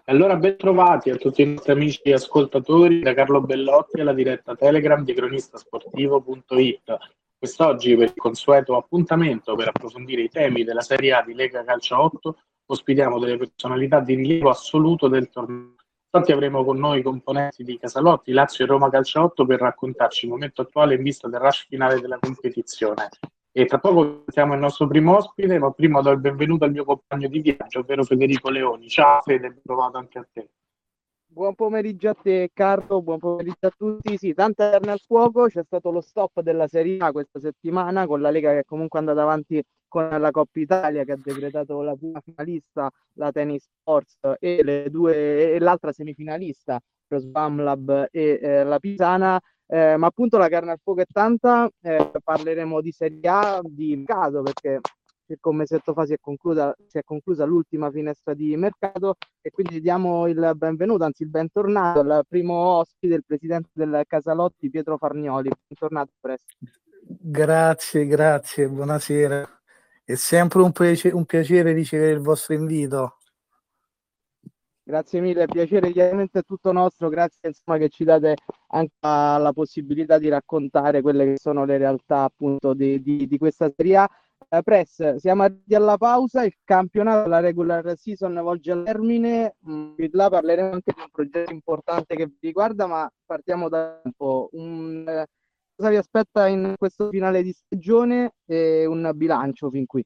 Allora, ben trovati a tutti i nostri amici ascoltatori da Carlo Bellotti alla diretta Telegram di cronistasportivo.it. Quest'oggi, per il consueto appuntamento per approfondire i temi della Serie A di Lega Calcio 8, ospitiamo delle personalità di rilievo assoluto del torneo. Infatti avremo con noi i componenti di Casalotti, Lazio e Roma Calcio 8 per raccontarci il momento attuale in vista del rush finale della competizione. E tra poco siamo il nostro primo ospite, ma prima do il benvenuto al mio compagno di viaggio, ovvero Federico Leoni. Ciao Fede, ben trovato anche a te. Buon pomeriggio a te Carlo, buon pomeriggio a tutti. Sì, tanta carne al fuoco, c'è stato lo stop della Serie A questa settimana con la Lega che comunque è andata avanti con la Coppa Italia che ha decretato la prima finalista, la Tennis Sports, e l'altra semifinalista, lo Svamlab la Pisana. Ma appunto la carne al fuoco è tanta, parleremo di Serie A, di mercato, perché circa un mesetto fa si è conclusa l'ultima finestra di mercato e quindi diamo il benvenuto, anzi il bentornato al primo ospite, il presidente del Casalotti, Pietro Farnioli. Bentornato, presto. Grazie, buonasera. È sempre un piacere ricevere il vostro invito. Grazie mille, piacere chiaramente è tutto nostro, grazie insomma che ci date anche la possibilità di raccontare quelle che sono le realtà appunto di questa Serie A. Press, siamo arrivati alla pausa, il campionato, la regular season volge al termine, di là parleremo anche di un progetto importante che vi riguarda, ma partiamo da un po'. Cosa vi aspetta in questo finale di stagione e un bilancio fin qui?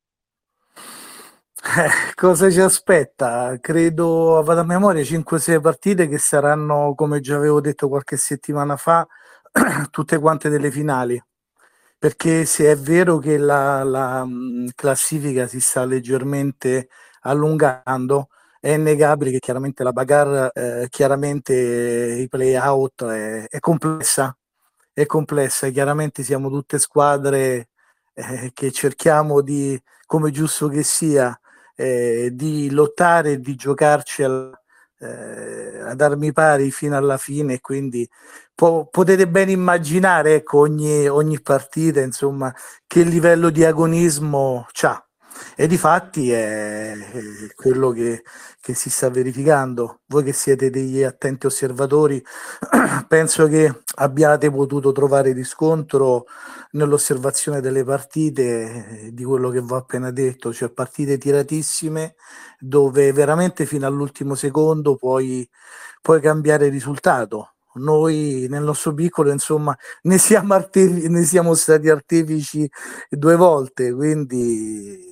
Cosa ci aspetta? Credo, vado a memoria, 5-6 partite che saranno, come già avevo detto qualche settimana fa, tutte quante delle finali. Perché se è vero che la classifica si sta leggermente allungando, è innegabile che chiaramente la bagarre, chiaramente i play-out è complessa, chiaramente siamo tutte squadre che cerchiamo di, come è giusto che sia, di lottare e di giocarci ad armi pari fino alla fine, e quindi potete ben immaginare, ecco, ogni partita, insomma, che livello di agonismo c'ha. E difatti è quello che si sta verificando. Voi che siete degli attenti osservatori, penso che abbiate potuto trovare riscontro nell'osservazione delle partite di quello che vi ho appena detto, cioè partite tiratissime dove veramente fino all'ultimo secondo puoi cambiare risultato. Noi nel nostro piccolo, insomma, ne siamo stati artefici 2 volte, quindi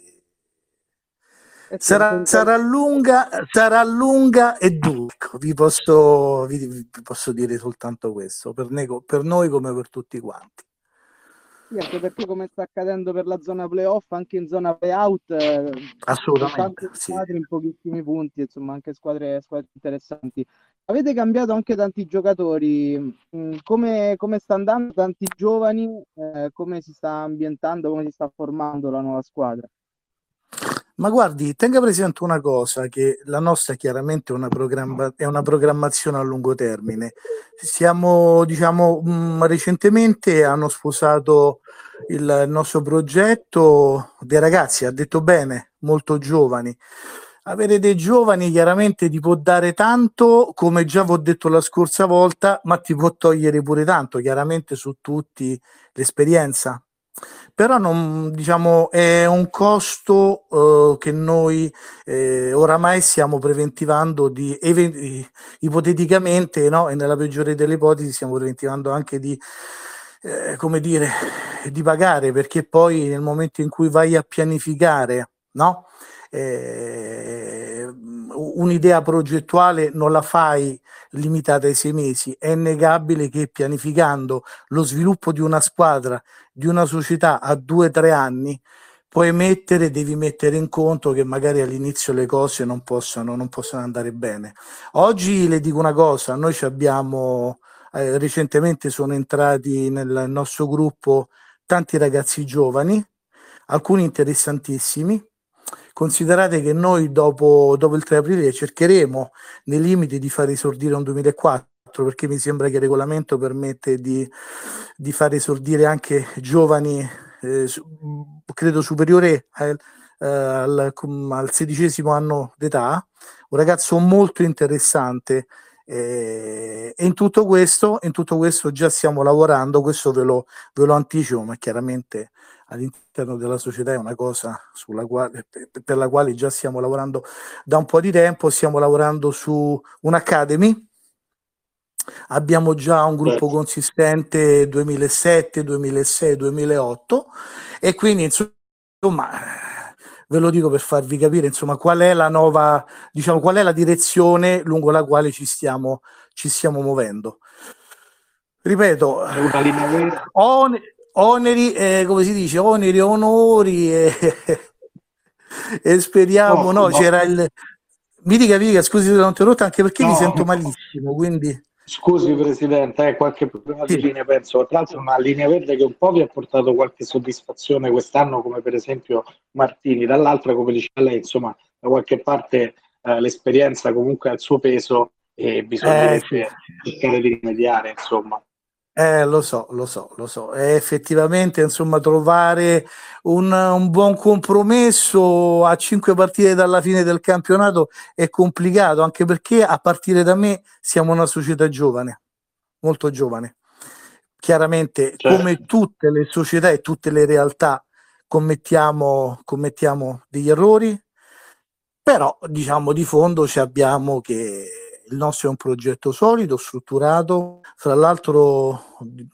sarà lunga e dura. Ecco, vi posso dire soltanto questo, per noi come per tutti quanti. Sì, anche perché come sta accadendo per la zona playoff, anche in zona playout, Assolutamente, tante sì. squadre in pochissimi punti, insomma, anche squadre interessanti. Avete cambiato anche tanti giocatori, come sta andando? Tanti giovani, come si sta ambientando, come si sta formando la nuova squadra? Ma guardi, tenga presente una cosa, che la nostra chiaramente è una programmazione a lungo termine. Siamo, diciamo, recentemente hanno sposato il nostro progetto dei ragazzi, ha detto bene, molto giovani. Avere dei giovani chiaramente ti può dare tanto, come già vi ho detto la scorsa volta, ma ti può togliere pure tanto, chiaramente su tutti l'esperienza. Però non, diciamo, è un costo che noi oramai stiamo preventivando ipoteticamente, no? E nella peggiore delle ipotesi stiamo preventivando anche come dire, di pagare, perché poi nel momento in cui vai a pianificare, no? Un'idea progettuale non la fai limitata ai 6 mesi. È innegabile che pianificando lo sviluppo di una squadra, di una società a 2 o 3 anni, devi mettere in conto che magari all'inizio le cose non possono andare bene. Oggi le dico una cosa, noi abbiamo recentemente sono entrati nel nostro gruppo tanti ragazzi giovani, alcuni interessantissimi. Considerate che noi dopo il 3 aprile cercheremo nei limiti di far esordire un 2004, perché mi sembra che il regolamento permette di far esordire anche giovani, credo superiore al 16° anno d'età, un ragazzo molto interessante. E in tutto questo già stiamo lavorando, questo ve lo anticipo, ma chiaramente all'interno della società è una cosa per la quale già stiamo lavorando da un po' di tempo. Stiamo lavorando su un'academy, abbiamo già un gruppo consistente 2007, 2006, 2008 e quindi insomma ve lo dico per farvi capire insomma qual è la nuova, diciamo, qual è la direzione lungo la quale ci stiamo muovendo. Ripeto, oneri, come si dice, oneri, onori e speriamo, no, c'era il... Mi dica, scusi se l'ho interrotto, anche perché mi sento malissimo, quindi... Scusi Presidente, qualche problema di linea penso, tra l'altro una linea verde che un po' vi ha portato qualche soddisfazione quest'anno, come per esempio Martini, dall'altra, come diceva lei, insomma, da qualche parte l'esperienza comunque ha il suo peso e bisogna cercare di rimediare, insomma. Lo so. E effettivamente, insomma, trovare un buon compromesso a 5 partite dalla fine del campionato è complicato, anche perché a partire da me siamo una società giovane, molto giovane. Chiaramente, come tutte le società e tutte le realtà, commettiamo degli errori, però diciamo di fondo ci abbiamo che il nostro è un progetto solido, strutturato. Fra l'altro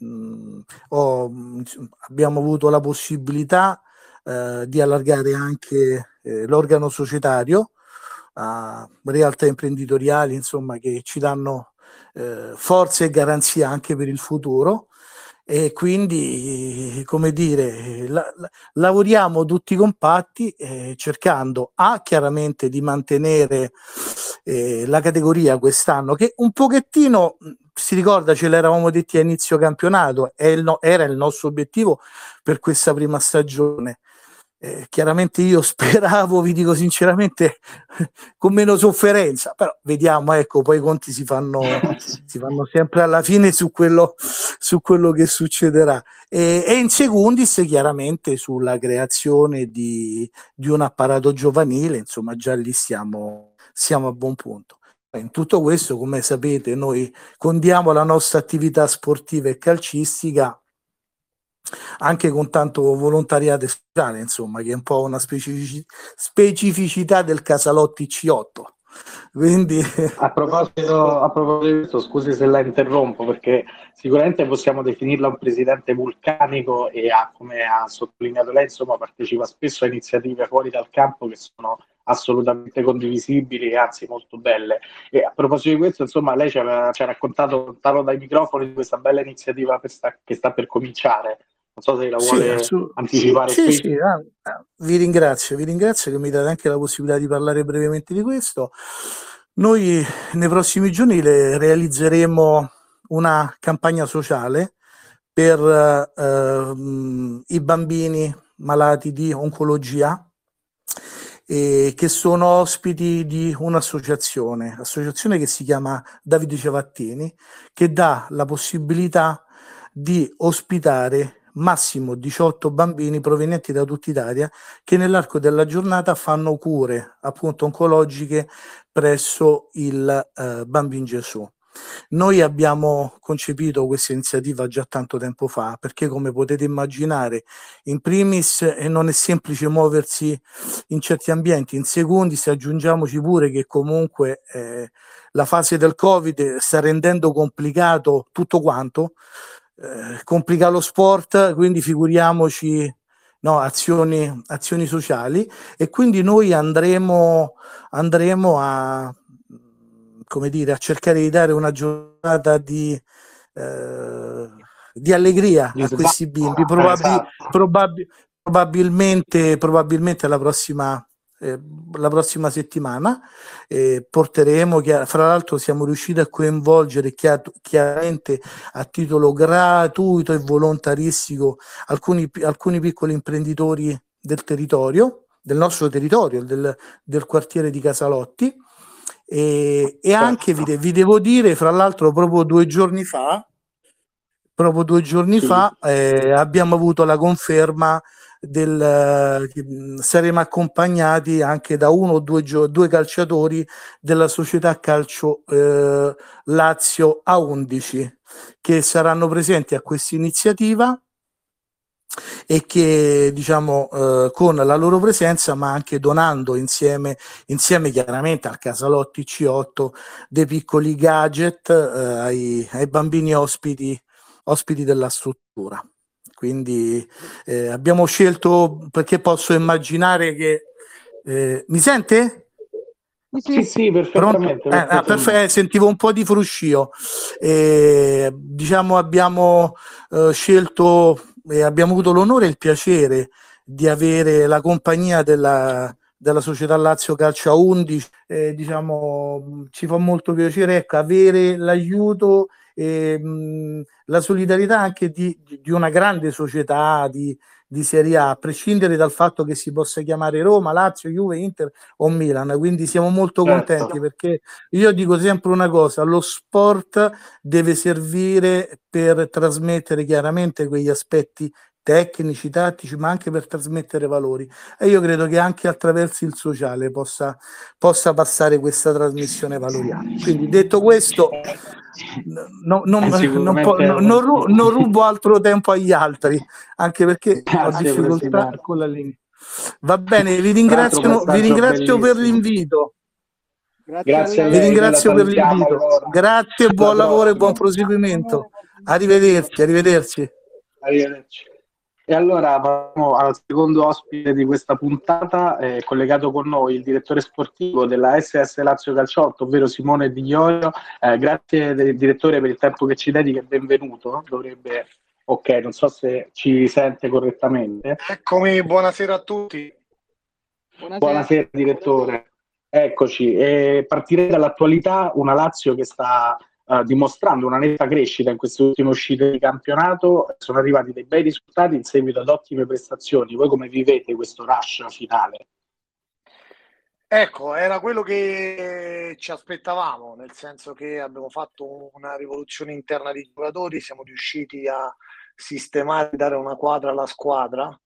abbiamo avuto la possibilità di allargare anche l'organo societario a realtà imprenditoriali, insomma, che ci danno forza e garanzia anche per il futuro. E quindi, come dire, lavoriamo tutti compatti cercando chiaramente di mantenere la categoria quest'anno, che un pochettino, si ricorda, ce l'eravamo detti a inizio campionato, era il nostro obiettivo per questa prima stagione. Chiaramente io speravo, vi dico sinceramente, con meno sofferenza, però vediamo, ecco, poi i conti si fanno sempre alla fine su quello che succederà. E in secundis chiaramente sulla creazione di un apparato giovanile, insomma già lì siamo a buon punto. In tutto questo, come sapete, noi condiamo la nostra attività sportiva e calcistica anche con tanto volontariato sociale, insomma, che è un po' una specificità del Casalotti C8. Quindi a proposito di questo, scusi se la interrompo, perché sicuramente possiamo definirla un presidente vulcanico e come ha sottolineato lei, insomma, partecipa spesso a iniziative fuori dal campo che sono assolutamente condivisibili e anzi molto belle. E a proposito di questo, insomma, lei ci ha raccontato lontano dai microfoni di questa bella iniziativa che sta per cominciare. Non so se la vuole anticipare qui. Sì. Vi ringrazio che mi date anche la possibilità di parlare brevemente di questo. Noi nei prossimi giorni realizzeremo una campagna sociale per i bambini malati di oncologia che sono ospiti di un'associazione che si chiama Davide Cevattini, che dà la possibilità di ospitare massimo 18 bambini provenienti da tutta Italia che nell'arco della giornata fanno cure appunto oncologiche presso il Bambin Gesù. Noi abbiamo concepito questa iniziativa già tanto tempo fa perché, come potete immaginare, in primis non è semplice muoversi in certi ambienti, in secundis aggiungiamoci pure che comunque la fase del Covid sta rendendo complicato tutto quanto, complica lo sport, quindi figuriamoci azioni sociali, e quindi noi andremo a cercare di dare una giornata di allegria a questi bimbi, probabilmente la prossima settimana porteremo, fra l'altro siamo riusciti a coinvolgere chiaramente a titolo gratuito e volontaristico alcuni piccoli imprenditori del nostro territorio, del quartiere di Casalotti, e anche vi devo dire, fra l'altro proprio due giorni fa abbiamo avuto la conferma saremo accompagnati anche da uno o due calciatori della società calcio Lazio A11 che saranno presenti a questa iniziativa e che diciamo con la loro presenza, ma anche donando insieme chiaramente al Casalotti C8 dei piccoli gadget ai bambini ospiti della struttura. Quindi abbiamo scelto, perché posso immaginare che mi sente? Sì, perfettamente. Perfetto, sentivo un po' di fruscio. Diciamo abbiamo scelto e abbiamo avuto l'onore e il piacere di avere la compagnia della società Lazio Calcio a 11. Diciamo ci fa molto piacere, ecco, avere l'aiuto e la solidarietà anche di una grande società di Serie A, a prescindere dal fatto che si possa chiamare Roma, Lazio, Juve, Inter o Milan. Quindi siamo molto contenti, perché io dico sempre una cosa: lo sport deve servire per trasmettere chiaramente quegli aspetti tecnici, tattici, ma anche per trasmettere valori, e io credo che anche attraverso il sociale possa passare questa trasmissione valoriale. Quindi, detto questo, non rubo altro tempo agli altri, anche perché ho difficoltà con la lingua. Va bene, vi ringrazio per l'invito. Grazie a Vi lei, ringrazio per l'invito. Grazie, buon lavoro e buon proseguimento. Arrivederci. E allora passiamo al secondo ospite di questa puntata, collegato con noi il direttore sportivo della SS Lazio Calciotto, ovvero Simone Di Iorio. Grazie direttore per il tempo che ci dedica e benvenuto. Ok, non so se ci sente correttamente. Eccomi, buonasera a tutti. Buonasera direttore. Eccoci, partirei dall'attualità, una Lazio che sta dimostrando una netta crescita in queste ultime uscite di campionato. Sono arrivati dei bei risultati in seguito ad ottime prestazioni. Voi come vivete questo rush finale? Ecco, era quello che ci aspettavamo, nel senso che abbiamo fatto una rivoluzione interna di giocatori, siamo riusciti a sistemare, dare una quadra alla squadra,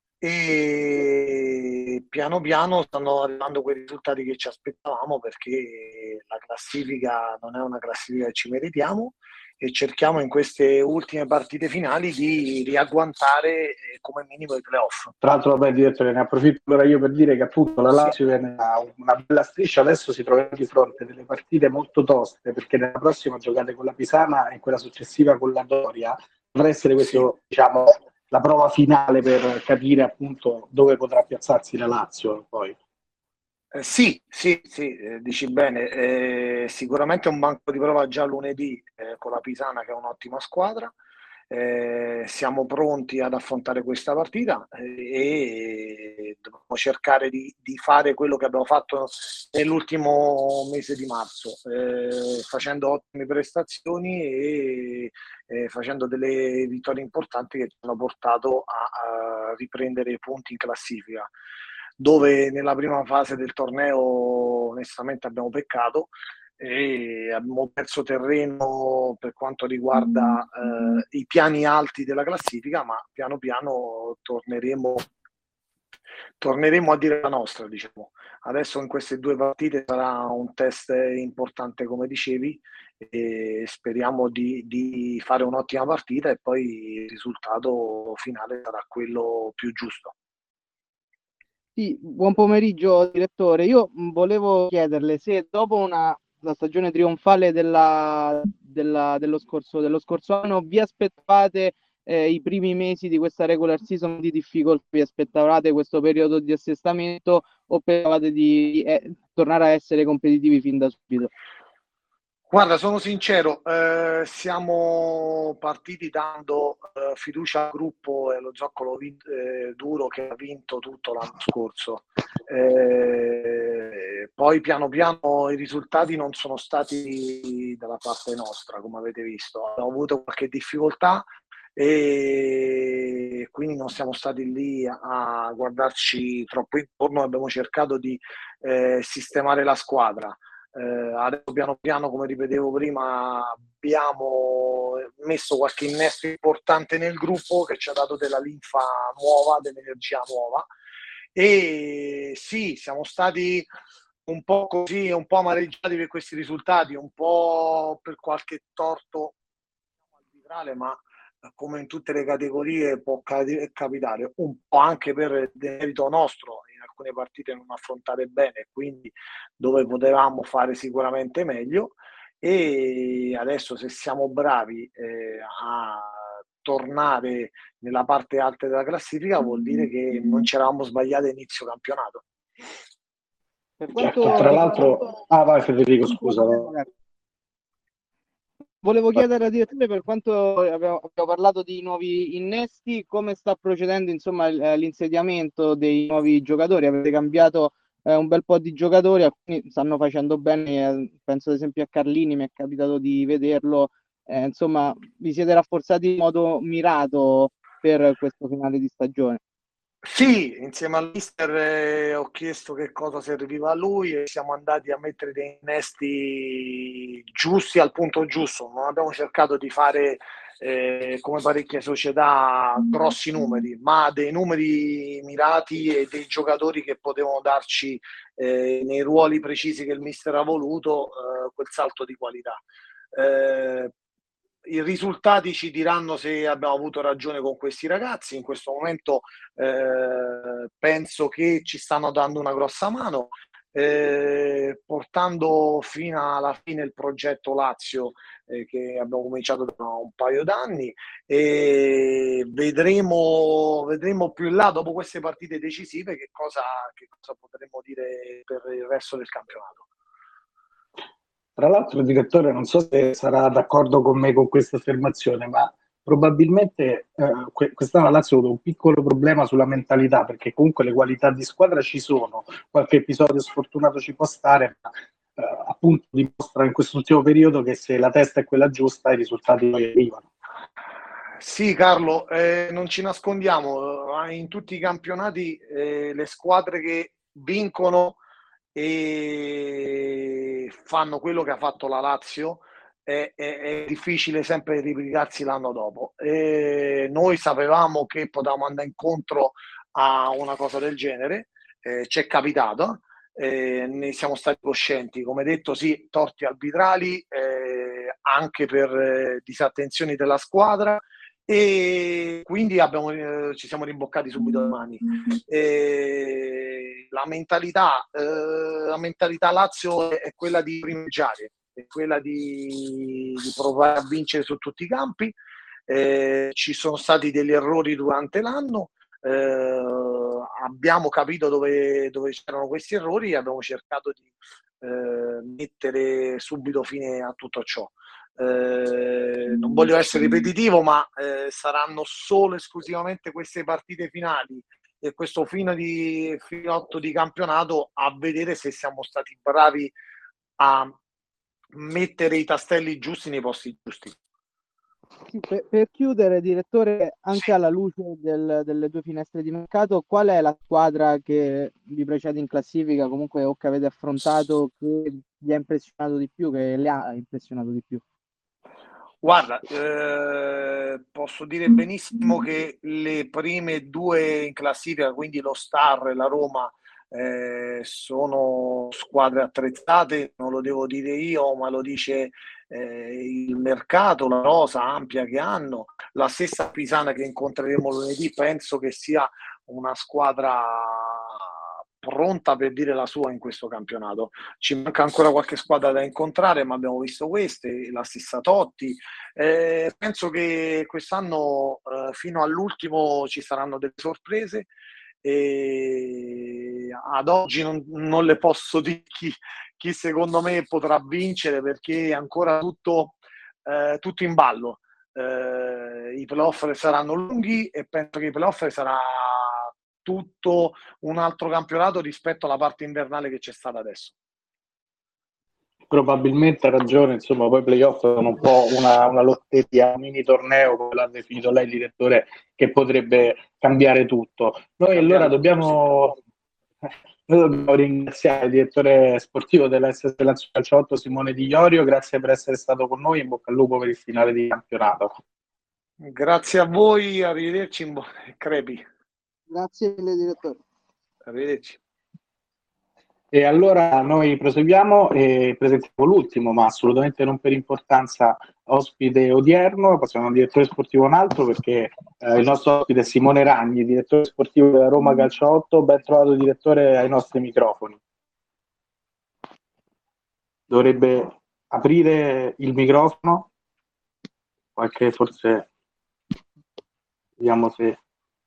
e piano piano stanno arrivando quei risultati che ci aspettavamo, perché la classifica non è una classifica che ci meritiamo, e cerchiamo in queste ultime partite finali di riagguantare come minimo i playoff. Tra l'altro, vabbè, direttore, ne approfitto allora io per dire che appunto la Lazio viene da una bella striscia, adesso si trova di fronte a delle partite molto toste, perché nella prossima giocate con la Pisana e quella successiva con la Doria. Dovrà essere questo, diciamo, la prova finale per capire appunto dove potrà piazzarsi la Lazio poi. Sì, dici bene. Sicuramente un banco di prova già lunedì con la Pisana, che è un'ottima squadra. Siamo pronti ad affrontare questa partita e dobbiamo cercare di fare quello che abbiamo fatto nell'ultimo mese di marzo, facendo ottime prestazioni e facendo delle vittorie importanti che ci hanno portato a riprendere i punti in classifica, dove nella prima fase del torneo onestamente abbiamo peccato e abbiamo perso terreno per quanto riguarda i piani alti della classifica, ma piano piano torneremo a dire la nostra, diciamo. Adesso in queste due partite sarà un test importante, come dicevi, e speriamo di fare un'ottima partita, e poi il risultato finale sarà quello più giusto. Sì, buon pomeriggio direttore. Io volevo chiederle se dopo la stagione trionfale dello scorso anno vi aspettavate i primi mesi di questa regular season di difficoltà, vi aspettavate questo periodo di assestamento, o pensavate di tornare a essere competitivi fin da subito? Guarda, sono sincero, siamo partiti dando fiducia al gruppo e allo zoccolo duro che ha vinto tutto l'anno scorso. Poi piano piano i risultati non sono stati dalla parte nostra, come avete visto. Abbiamo avuto qualche difficoltà e quindi non siamo stati lì a guardarci troppo intorno, abbiamo cercato di sistemare la squadra. Adesso piano piano, come ripetevo prima, abbiamo messo qualche innesto importante nel gruppo che ci ha dato della linfa nuova, dell'energia nuova, e sì, siamo stati un po' così, un po' amareggiati per questi risultati, un po' per qualche torto arbitrale, ma come in tutte le categorie può capitare, un po' anche per merito nostro in alcune partite non affrontate bene, quindi dove potevamo fare sicuramente meglio, e adesso se siamo bravi a tornare nella parte alta della classifica vuol dire che non ci eravamo sbagliati a inizio campionato. Per Certo, quanto tra l'altro... Ah, vai Federico, scusa. Volevo chiedere al direttore, per quanto abbiamo parlato di nuovi innesti, come sta procedendo insomma l'insediamento dei nuovi giocatori? Avete cambiato un bel po' di giocatori, alcuni stanno facendo bene, penso ad esempio a Carlini, mi è capitato di vederlo, insomma vi siete rafforzati in modo mirato per questo finale di stagione? Sì, insieme al mister ho chiesto che cosa serviva a lui e siamo andati a mettere dei innesti giusti al punto giusto. Non abbiamo cercato di fare come parecchie società grossi numeri, ma dei numeri mirati e dei giocatori che potevano darci nei ruoli precisi che il mister ha voluto quel salto di qualità. I risultati ci diranno se abbiamo avuto ragione con questi ragazzi. In questo momento penso che ci stanno dando una grossa mano, portando fino alla fine il progetto Lazio che abbiamo cominciato da un paio d'anni, e vedremo più in là, dopo queste partite decisive, che cosa potremo dire per il resto del campionato. Tra l'altro, direttore, non so se sarà d'accordo con me con questa affermazione, ma probabilmente quest'anno la Lazio ha avuto un piccolo problema sulla mentalità, perché comunque le qualità di squadra ci sono, qualche episodio sfortunato ci può stare, ma appunto dimostra in quest'ultimo periodo che se la testa è quella giusta i risultati poi arrivano. Sì, Carlo, non ci nascondiamo, in tutti i campionati le squadre che vincono e fanno quello che ha fatto la Lazio è difficile sempre ripiegarsi l'anno dopo. Noi sapevamo che potevamo andare incontro a una cosa del genere, ci è capitato, ne siamo stati coscienti, come detto, sì, torti arbitrali, anche per disattenzioni della squadra, e quindi ci siamo rimboccati subito le mani. La mentalità Lazio è quella di primeggiare, è quella di provare a vincere su tutti i campi. Ci sono stati degli errori durante l'anno, abbiamo capito dove c'erano questi errori e abbiamo cercato di mettere subito fine a tutto ciò. Non voglio essere ripetitivo, ma saranno solo esclusivamente queste partite finali e questo finotto di campionato a vedere se siamo stati bravi a mettere i tastelli giusti nei posti giusti. Sì, per chiudere, direttore, anche alla luce delle due finestre di mercato, qual è la squadra che vi precede in classifica, comunque, o che avete affrontato, che vi ha impressionato di più, che le ha impressionato di più? Guarda, posso dire benissimo che le prime due in classifica, quindi lo Star e la Roma, sono squadre attrezzate, non lo devo dire io, ma lo dice il mercato, la rosa ampia che hanno. La stessa Pisana che incontreremo lunedì penso che sia una squadra pronta per dire la sua in questo campionato. Ci manca ancora qualche squadra da incontrare, ma abbiamo visto queste, la stessa Totti. Penso che quest'anno fino all'ultimo ci saranno delle sorprese, e ad oggi non le posso dire chi secondo me potrà vincere, perché è ancora tutto in ballo. I playoff saranno lunghi e penso che i playoff sarà tutto un altro campionato rispetto alla parte invernale che c'è stata adesso. Probabilmente ha ragione, insomma, poi i playoff sono un po' una lotteria, un mini torneo, come l'ha definito lei, direttore, che potrebbe cambiare tutto. Noi allora dobbiamo Noi dobbiamo ringraziare il direttore sportivo dell'SS Lazio Calcio 8, Simone Di Iorio, grazie per essere stato con noi, in bocca al lupo per il finale di campionato. Grazie a voi, arrivederci, crepi. Grazie mille, direttore. Arrivederci. E allora noi proseguiamo e presentiamo l'ultimo, ma assolutamente non per importanza, ospite odierno. Passiamo al direttore sportivo un altro, perché il nostro ospite è Simone Ragni, direttore sportivo della Roma Calcio 8. Ben trovato, direttore, ai nostri microfoni. Dovrebbe aprire il microfono, qualche forse, vediamo se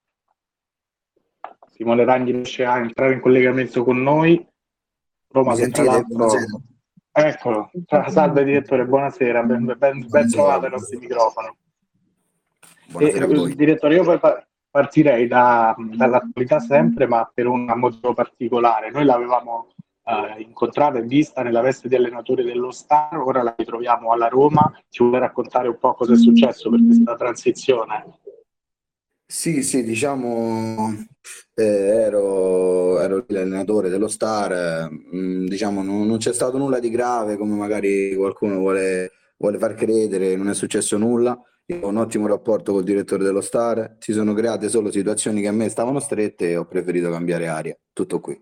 Simone Ragni riesce a entrare in collegamento con noi. Roma, che tra l'altro... Eccolo, salve direttore, buonasera, ben trovato ai nostri microfoni. Buonasera a voi. Direttore, io poi partirei dall'attualità sempre, ma per un motivo particolare. Noi l'avevamo incontrata e vista nella veste di allenatore dello Star, ora la ritroviamo alla Roma. Ci vuole raccontare un po' cosa è successo per questa transizione? Sì, diciamo, ero l'allenatore dello Star, diciamo non c'è stato nulla di grave come magari qualcuno vuole far credere, non è successo nulla. Io ho un ottimo rapporto col direttore dello Star, si sono create solo situazioni che a me stavano strette e ho preferito cambiare aria, tutto qui.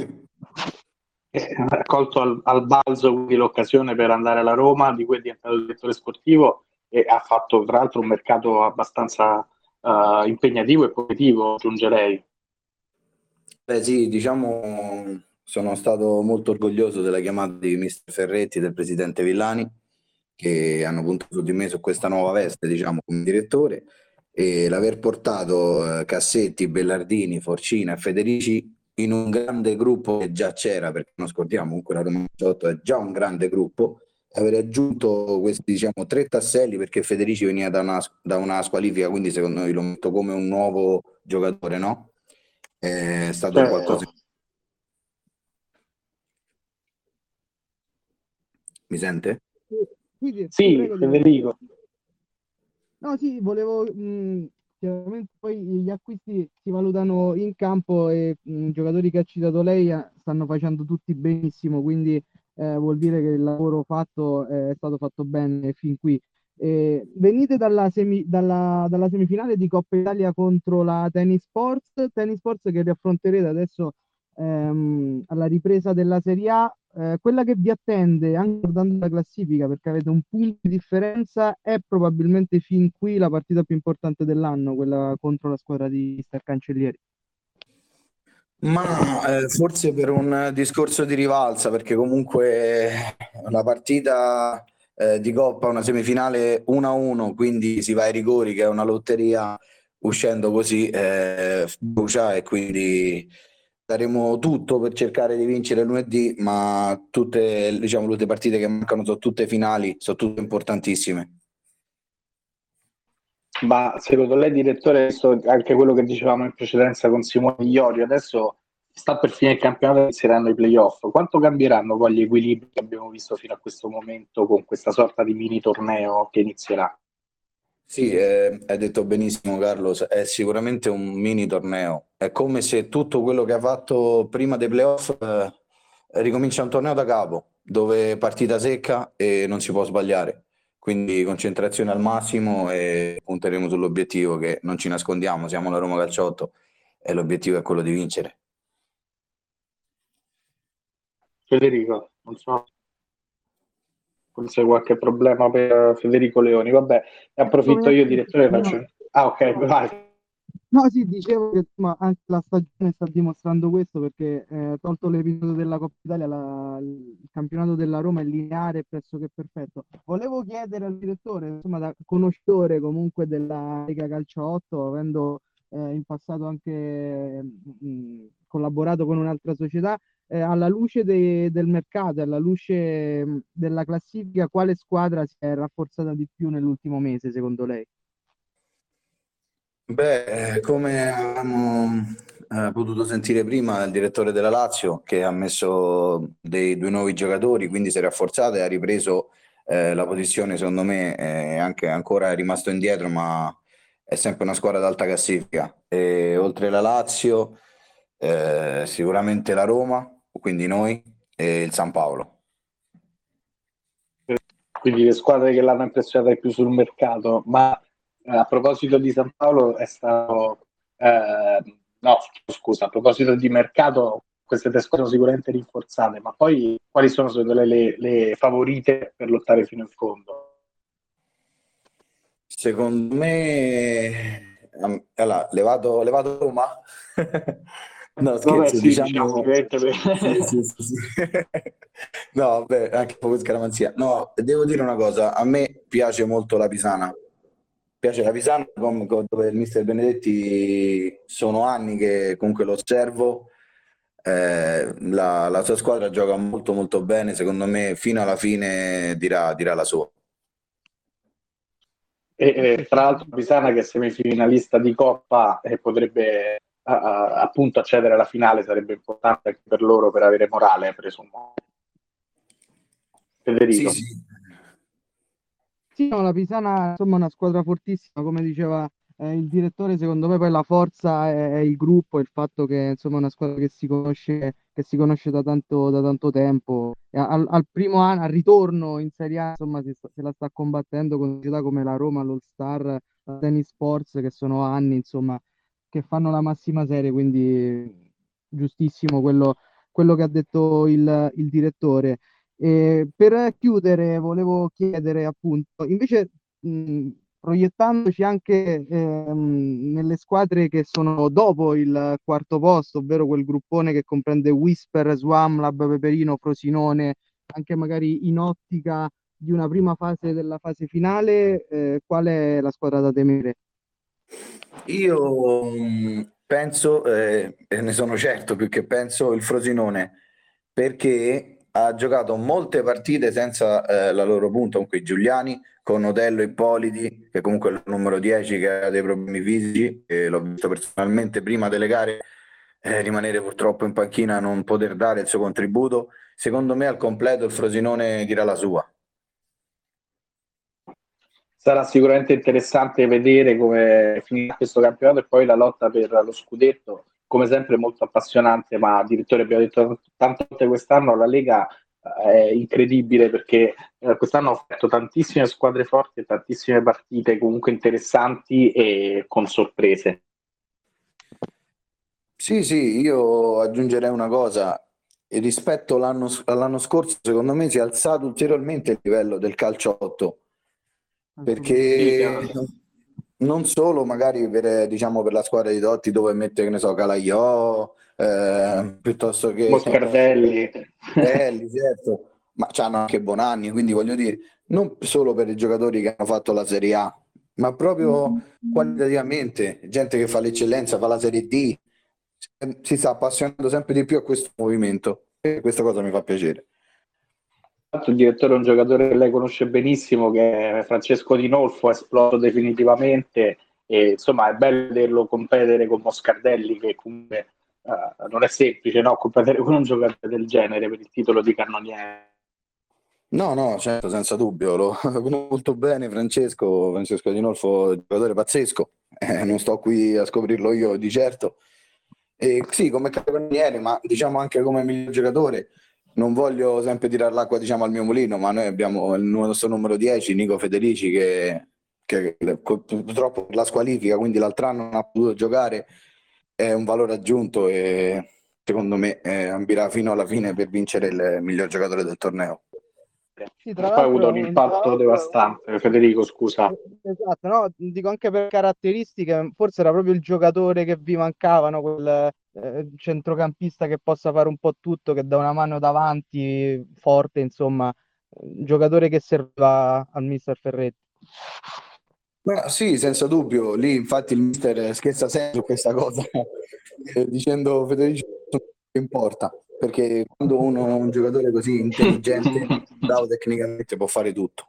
Ha colto al balzo quindi l'occasione per andare alla Roma, di cui è diventato direttore sportivo, e ha fatto tra l'altro un mercato abbastanza impegnativo e positivo, aggiungerei. Beh sì, diciamo sono stato molto orgoglioso della chiamata di Mister Ferretti e del presidente Villani, che hanno puntato su di me su questa nuova veste, diciamo, come direttore, e l'aver portato Cassetti, Bellardini, Forcina e Federici in un grande gruppo che già c'era, perché non scordiamo, comunque la Roma 8 è già un grande gruppo, e aver aggiunto questi, diciamo, 3 tasselli, perché Federici veniva da una squalifica, quindi secondo noi lo metto come un nuovo giocatore, no? È stato qualcosa. Mi sente? Sì, Federico. No, sì, volevo chiaramente poi gli acquisti si valutano in campo e i giocatori che ha citato lei stanno facendo tutti benissimo, quindi vuol dire che il lavoro fatto è stato fatto bene fin qui. Venite dalla semifinale di Coppa Italia contro la Tennis Sports che riaffronterete adesso alla ripresa della Serie A. Quella che vi attende, anche guardando la classifica, perché avete un punto di differenza, è probabilmente fin qui la partita più importante dell'anno, quella contro la squadra di Mister Cancellieri. Ma forse per un discorso di rivalsa, perché comunque la partita di Coppa, una semifinale 1-1, quindi si va ai rigori, che è una lotteria, uscendo così brucia, e quindi daremo tutto per cercare di vincere lunedì, ma tutte, diciamo, le partite che mancano sono tutte finali, sono tutte importantissime. Ma secondo lei, direttore, anche quello che dicevamo in precedenza con Simone Iorio, adesso sta per finire il campionato e inizieranno i playoff. Quanto cambieranno poi gli equilibri che abbiamo visto fino a questo momento con questa sorta di mini torneo che inizierà? Sì, hai detto benissimo Carlos, è sicuramente un mini torneo. È come se tutto quello che ha fatto prima dei playoff ricomincia un torneo da capo, dove partita secca e non si può sbagliare. Quindi concentrazione al massimo e punteremo sull'obiettivo, che non ci nascondiamo, siamo la Roma Calcio 8 e l'obiettivo è quello di vincere. Federico, non so, forse qualche problema per Federico Leoni. Vabbè, ne approfitto io, direttore, faccio... Ah, ok, vai. No, sì, dicevo che insomma, anche la stagione sta dimostrando questo, perché tolto l'episodio della Coppa Italia, il campionato della Roma è lineare e pressoché perfetto. Volevo chiedere al direttore, insomma, da conoscitore comunque della Lega Calcio 8, avendo in passato anche collaborato con un'altra società, alla luce del mercato, alla luce della classifica, quale squadra si è rafforzata di più nell'ultimo mese, secondo lei? Beh, come abbiamo potuto sentire prima, il direttore della Lazio, che ha messo dei 2 nuovi giocatori, quindi si è rafforzato e ha ripreso la posizione, secondo me, anche ancora è rimasto indietro, ma è sempre una squadra d'alta classifica. E oltre la Lazio, Sicuramente la Roma, quindi noi, e il San Paolo. Quindi le squadre che l'hanno impressionata di più sul mercato, ma a proposito di San Paolo è stato no, scusa, a proposito di mercato, queste tre squadre sono sicuramente rinforzate, ma poi quali sono secondo lei le favorite per lottare fino in fondo? Secondo me, allora, levato Roma? No, Vabbè, scherzo, sì, diciamo, diciamo. ovviamente Sì, sì, sì, sì. No, beh, anche un po' di scaramanzia. No, devo dire una cosa, a me piace molto la Pisana. Piace la Pisana, dove il mister Benedetti sono anni che comunque lo osservo. La sua squadra gioca molto molto bene, secondo me fino alla fine dirà la sua. e tra l'altro Pisana che è semifinalista di Coppa e potrebbe appunto accedere alla finale, sarebbe importante anche per loro per avere morale, presumo. Sì, Federico. sì. Sì, no, la Pisana insomma è una squadra fortissima, come diceva il direttore, secondo me poi la forza è il gruppo, il fatto che insomma è una squadra che si conosce da tanto tempo. E al primo anno, al ritorno in Serie A, insomma, se la sta combattendo con società come la Roma, l'All Star, la Tennis Sports, che sono anni, insomma, che fanno la massima serie, quindi giustissimo quello che ha detto il direttore. E per chiudere, volevo chiedere appunto, invece, proiettandoci anche nelle squadre che sono dopo il quarto posto, ovvero quel gruppone che comprende Whisper, Swamlab, Peperino, Frosinone, anche magari in ottica di una prima fase della fase finale, qual è la squadra da temere? Io penso, e ne sono certo più che penso, il Frosinone, perché ha giocato molte partite senza la loro punta, comunque i Giuliani, con Otello Ippoliti, che comunque è il numero 10 che ha dei problemi fisici, e l'ho visto personalmente prima delle gare, rimanere purtroppo in panchina, non poter dare il suo contributo. Secondo me al completo il Frosinone dirà la sua. Sarà sicuramente interessante vedere come finirà questo campionato e poi la lotta per lo scudetto, come sempre molto appassionante, ma addirittura abbiamo detto tante volte quest'anno la Lega è incredibile perché quest'anno ha offerto tantissime squadre forti e tantissime partite comunque interessanti e con sorprese. Sì, sì, io aggiungerei una cosa. E rispetto all'anno scorso, secondo me si è alzato ulteriormente il livello del calciotto, Assolutamente. Sì, perché non solo magari diciamo, per la squadra di Totti dove mette, che ne so, Calaiò, piuttosto che Moscardelli. Belli, certo, ma c'hanno anche Bonanni, quindi voglio dire, non solo per i giocatori che hanno fatto la Serie A, ma proprio qualitativamente, gente che fa l'eccellenza, fa la Serie D, si sta appassionando sempre di più a questo movimento e questa cosa mi fa piacere. Il direttore è un giocatore che lei conosce benissimo, che è Francesco Di Nolfo, è esploso definitivamente e insomma è bello vederlo competere con Moscardelli, che comunque non è semplice, no? Competere con un giocatore del genere per il titolo di cannoniere. No, no, certo, senza dubbio, lo conosco molto bene Francesco Di Nolfo, giocatore pazzesco, non sto qui a scoprirlo io di certo. E sì, come capocannoniere, ma diciamo anche come miglior giocatore, non voglio sempre tirare l'acqua diciamo, al mio mulino, ma noi abbiamo il nostro numero 10, Nico Federici, che purtroppo per la squalifica, quindi l'altro anno non ha potuto giocare, è un valore aggiunto e secondo me ambirà fino alla fine per vincere il miglior giocatore del torneo. Sì, E tra poi ha avuto l'altro, un impatto devastante. Federico, scusa. esatto, no? Dico anche per caratteristiche, forse era proprio il giocatore che vi mancava, no? Quel centrocampista che possa fare un po' tutto, che dà una mano davanti, forte, insomma, un giocatore che serva al mister Ferretti. Ma sì, senza dubbio, lì infatti il mister scherza sempre su questa cosa, dicendo Federici non importa, perché quando uno è un giocatore così intelligente, bravo tecnicamente, può fare tutto.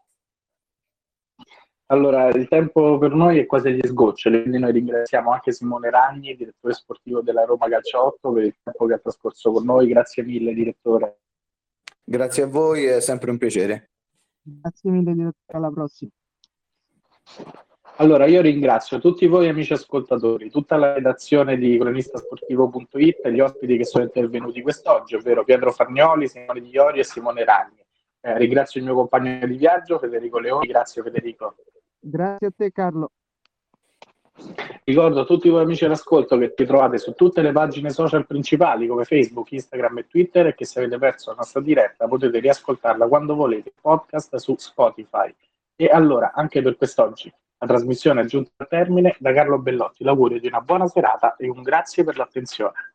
Allora, il tempo per noi è quasi agli sgoccioli, quindi noi ringraziamo anche Simone Ragni, direttore sportivo della Roma Calciotto, per il tempo che ha trascorso con noi. Grazie mille, direttore. Grazie a voi, è sempre un piacere. Grazie mille, direttore, alla prossima. Allora, io ringrazio tutti voi amici ascoltatori, tutta la redazione di cronistasportivo.it e gli ospiti che sono intervenuti quest'oggi, ovvero Pietro Farnioli, Simone Di Iori e Simone Ragni. Ringrazio il mio compagno di viaggio, Federico Leoni. Grazie Federico. Grazie a te Carlo. Ricordo a tutti voi amici all'ascolto che ti trovate su tutte le pagine social principali come Facebook, Instagram e Twitter, e che se avete perso la nostra diretta potete riascoltarla quando volete, podcast su Spotify. E allora, anche per quest'oggi, la trasmissione è giunta al termine. Da Carlo Bellotti l'augurio di una buona serata e un grazie per l'attenzione.